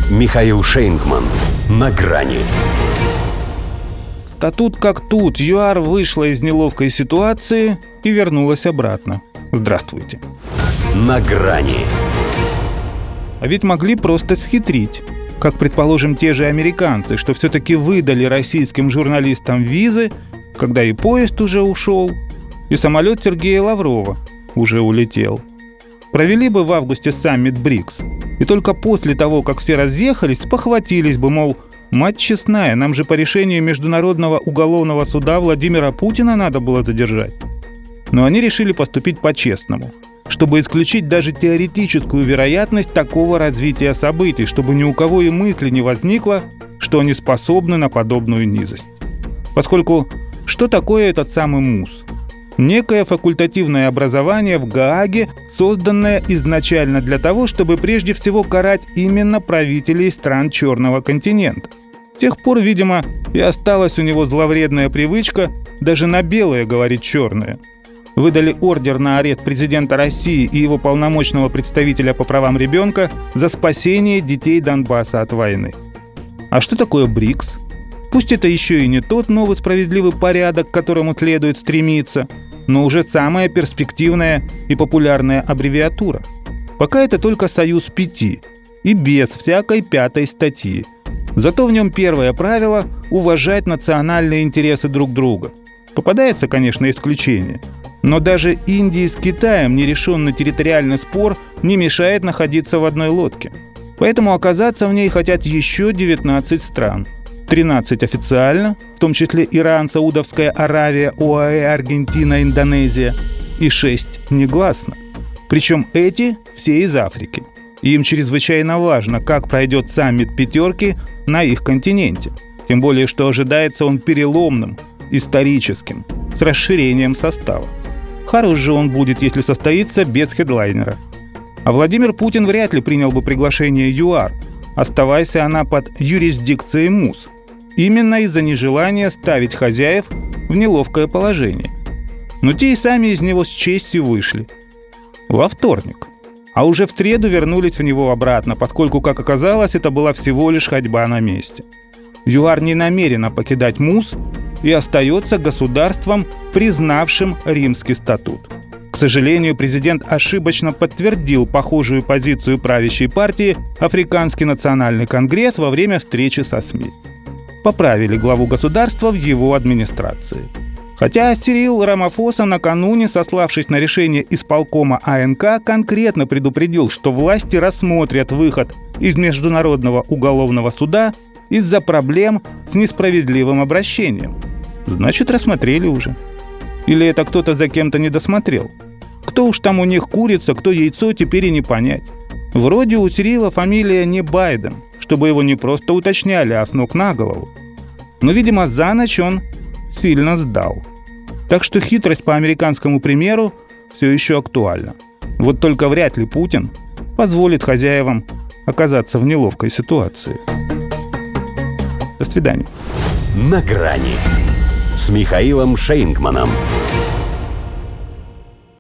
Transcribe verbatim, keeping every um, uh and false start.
Михаил Шейнгман. На грани. Статут как тут. ЮАР вышла из неловкой ситуации и вернулась обратно. Здравствуйте. На грани. А ведь могли просто схитрить. Как, предположим, те же американцы, что все-таки выдали российским журналистам визы, когда и поезд уже ушел, и самолет Сергея Лаврова уже улетел. Провели бы в августе саммит БРИКС, и только после того, как все разъехались, спохватились бы, мол, мать честная, нам же по решению Международного уголовного суда Владимира Путина надо было задержать. Но они решили поступить по-честному, чтобы исключить даже теоретическую вероятность такого развития событий, чтобы ни у кого и мысли не возникло, что они способны на подобную низость. Поскольку что такое этот самый МУС? Некое факультативное образование в Гааге, созданное изначально для того, чтобы прежде всего карать именно правителей стран Черного континента. С тех пор, видимо, и осталась у него зловредная привычка даже на белое говорить черное. Выдали ордер на арест президента России и его полномочного представителя по правам ребенка за спасение детей Донбасса от войны. А что такое БРИКС? Пусть это еще и не тот новый справедливый порядок, к которому следует стремиться, но уже самая перспективная и популярная аббревиатура. Пока это только союз пяти, и без всякой пятой статьи. Зато в нем первое правило – уважать национальные интересы друг друга. Попадается, конечно, исключение. Но даже Индии с Китаем нерешенный территориальный спор не мешает находиться в одной лодке. Поэтому оказаться в ней хотят еще девятнадцать стран. тринадцать официально, в том числе Иран, Саудовская Аравия, ОАЭ, Аргентина, Индонезия, и шесть негласно. Причем эти все из Африки. И им чрезвычайно важно, как пройдет саммит пятерки на их континенте. Тем более, что ожидается он переломным, историческим, с расширением состава. Хорош же он будет, если состоится без хедлайнера. А Владимир Путин вряд ли принял бы приглашение ЮАР, оставаясь она под юрисдикцией МУС. Именно из-за нежелания ставить хозяев в неловкое положение. Но те и сами из него с честью вышли. Во вторник. А уже в среду вернулись в него обратно, поскольку, как оказалось, это была всего лишь ходьба на месте. ЮАР не намерена покидать МУС и остается государством, признавшим Римский статут. К сожалению, президент ошибочно подтвердил похожую позицию правящей партии Африканский национальный конгресс во время встречи со СМИ. Поправили главу государства в его администрации. Хотя Сирил Рамафоса накануне, сославшись на решение исполкома АНК, конкретно предупредил, что власти рассмотрят выход из Международного уголовного суда из-за проблем с несправедливым обращением. Значит, рассмотрели уже. Или это кто-то за кем-то не досмотрел? Кто уж там у них курица, кто яйцо, теперь и не понять. Вроде у Сирила фамилия не Байден, чтобы его не просто уточняли, а с ног на голову. Но, видимо, за ночь он сильно сдал. Так что хитрость по американскому примеру все еще актуальна. Вот только вряд ли Путин позволит хозяевам оказаться в неловкой ситуации. До свидания. На грани с Михаилом Шейнгманом.